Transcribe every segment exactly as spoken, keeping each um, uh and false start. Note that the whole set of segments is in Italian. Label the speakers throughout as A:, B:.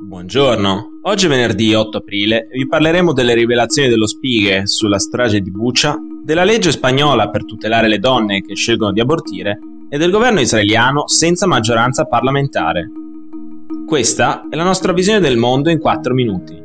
A: Buongiorno, oggi è venerdì otto aprile e vi parleremo delle rivelazioni dello Spiegel sulla strage di Bucha, della legge spagnola per tutelare le donne che scelgono di abortire e del governo israeliano senza maggioranza parlamentare. Questa è la nostra visione del mondo in quattro minuti.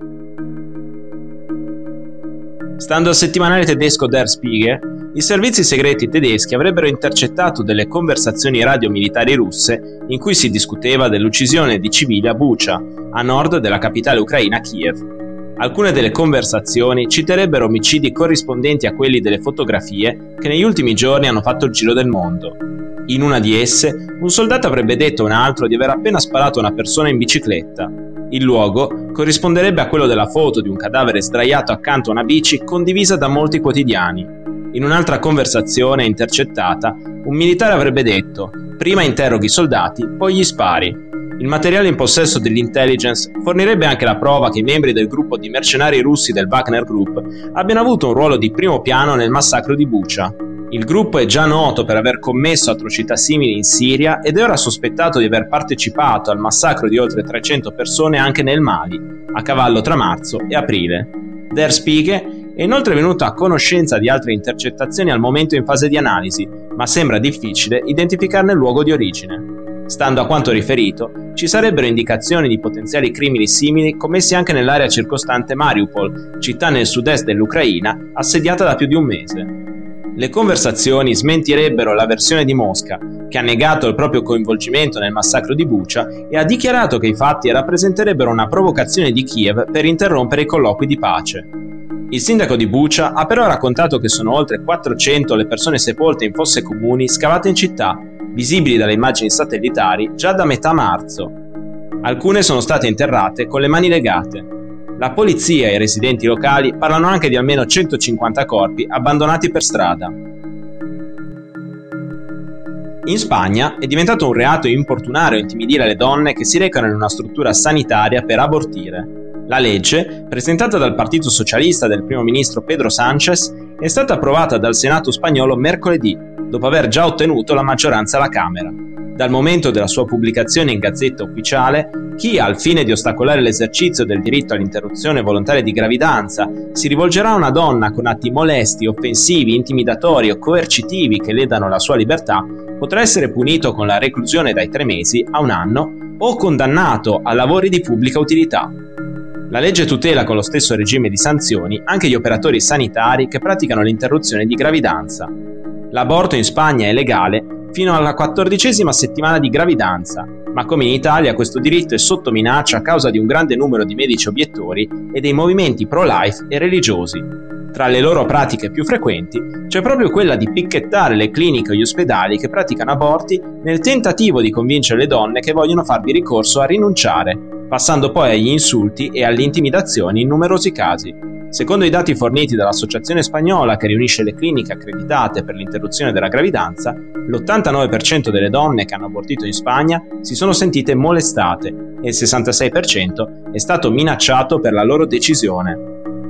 A: Stando al settimanale tedesco Der Spiegel, i servizi segreti tedeschi avrebbero intercettato delle conversazioni radio-militari russe in cui si discuteva dell'uccisione di civili a Bucha, a nord della capitale ucraina Kiev. Alcune delle conversazioni citerebbero omicidi corrispondenti a quelli delle fotografie che negli ultimi giorni hanno fatto il giro del mondo. In una di esse, un soldato avrebbe detto a un altro di aver appena sparato a una persona in bicicletta. Il luogo corrisponderebbe a quello della foto di un cadavere sdraiato accanto a una bici condivisa da molti quotidiani. In un'altra conversazione intercettata, un militare avrebbe detto: prima interroghi i soldati, poi gli spari. Il materiale in possesso dell'intelligence fornirebbe anche la prova che i membri del gruppo di mercenari russi del Wagner Group abbiano avuto un ruolo di primo piano nel massacro di Bucha. Il gruppo è già noto per aver commesso atrocità simili in Siria ed è ora sospettato di aver partecipato al massacro di oltre trecento persone anche nel Mali, a cavallo tra marzo e aprile. Der Spiegel è inoltre venuto a conoscenza di altre intercettazioni al momento in fase di analisi, ma sembra difficile identificarne il luogo di origine. Stando a quanto riferito, ci sarebbero indicazioni di potenziali crimini simili commessi anche nell'area circostante Mariupol, città nel sud-est dell'Ucraina, assediata da più di un mese. Le conversazioni smentirebbero la versione di Mosca, che ha negato il proprio coinvolgimento nel massacro di Bucha e ha dichiarato che i fatti rappresenterebbero una provocazione di Kiev per interrompere i colloqui di pace. Il sindaco di Bucha ha però raccontato che sono oltre quattrocento le persone sepolte in fosse comuni scavate in città, visibili dalle immagini satellitari già da metà marzo. Alcune sono state interrate con le mani legate. La polizia e i residenti locali parlano anche di almeno centocinquanta corpi abbandonati per strada. In Spagna è diventato un reato importunare o intimidire le donne che si recano in una struttura sanitaria per abortire. La legge, presentata dal Partito Socialista del primo ministro Pedro Sánchez, è stata approvata dal Senato spagnolo mercoledì, dopo aver già ottenuto la maggioranza alla Camera. Dal momento della sua pubblicazione in Gazzetta Ufficiale, chi, al fine di ostacolare l'esercizio del diritto all'interruzione volontaria di gravidanza, si rivolgerà a una donna con atti molesti, offensivi, intimidatori o coercitivi che ledano la sua libertà, potrà essere punito con la reclusione dai tre mesi a un anno o condannato a lavori di pubblica utilità. La legge tutela con lo stesso regime di sanzioni anche gli operatori sanitari che praticano l'interruzione di gravidanza. L'aborto in Spagna è legale fino alla quattordicesima settimana di gravidanza, ma come in Italia questo diritto è sotto minaccia a causa di un grande numero di medici obiettori e dei movimenti pro-life e religiosi. Tra le loro pratiche più frequenti c'è proprio quella di picchettare le cliniche o gli ospedali che praticano aborti nel tentativo di convincere le donne che vogliono farvi ricorso a rinunciare, passando poi agli insulti e alle intimidazioni in numerosi casi. Secondo i dati forniti dall'associazione spagnola che riunisce le cliniche accreditate per l'interruzione della gravidanza, l'ottantanove per cento delle donne che hanno abortito in Spagna si sono sentite molestate e il sessantasei per cento è stato minacciato per la loro decisione.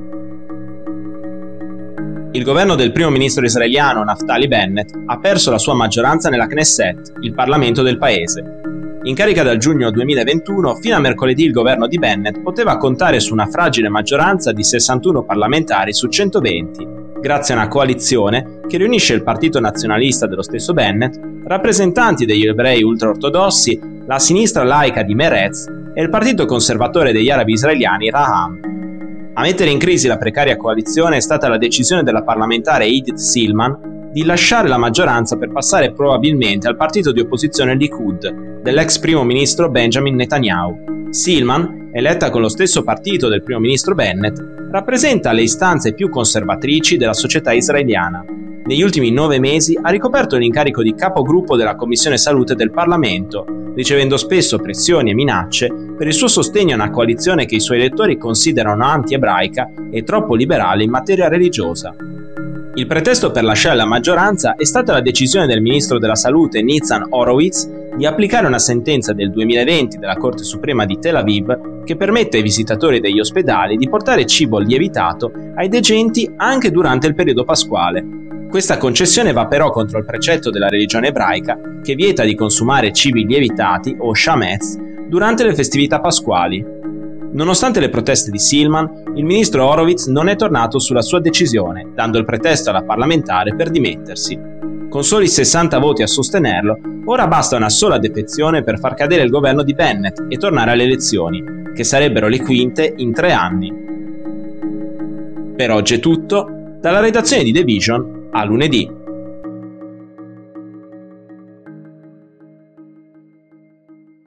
A: Il governo del primo ministro israeliano Naftali Bennett ha perso la sua maggioranza nella Knesset, il Parlamento del paese. In carica dal giugno duemilaventuno, fino a mercoledì il governo di Bennett poteva contare su una fragile maggioranza di sessantuno parlamentari su centoventi, grazie a una coalizione che riunisce il partito nazionalista dello stesso Bennett, rappresentanti degli ebrei ultraortodossi, la sinistra laica di Meretz e il partito conservatore degli arabi israeliani Raham. A mettere in crisi la precaria coalizione è stata la decisione della parlamentare Idit Silman di lasciare la maggioranza per passare probabilmente al partito di opposizione Likud, dell'ex primo ministro Benjamin Netanyahu. Silman, eletta con lo stesso partito del primo ministro Bennett, rappresenta le istanze più conservatrici della società israeliana. Negli ultimi nove mesi ha ricoperto l'incarico di capogruppo della Commissione Salute del Parlamento, ricevendo spesso pressioni e minacce per il suo sostegno a una coalizione che i suoi elettori considerano anti-ebraica e troppo liberale in materia religiosa. Il pretesto per lasciare la maggioranza è stata la decisione del ministro della Salute Nitzan Horowitz di applicare una sentenza del duemilaventi della Corte Suprema di Tel Aviv che permette ai visitatori degli ospedali di portare cibo lievitato ai degenti anche durante il periodo pasquale. Questa concessione va però contro il precetto della religione ebraica che vieta di consumare cibi lievitati o shametz durante le festività pasquali. Nonostante le proteste di Silman, il ministro Horowitz non è tornato sulla sua decisione, dando il pretesto alla parlamentare per dimettersi. Con soli sessanta voti a sostenerlo, ora basta una sola defezione per far cadere il governo di Bennett e tornare alle elezioni, che sarebbero le quinte in tre anni. Per oggi è tutto, dalla redazione di The Vision a lunedì.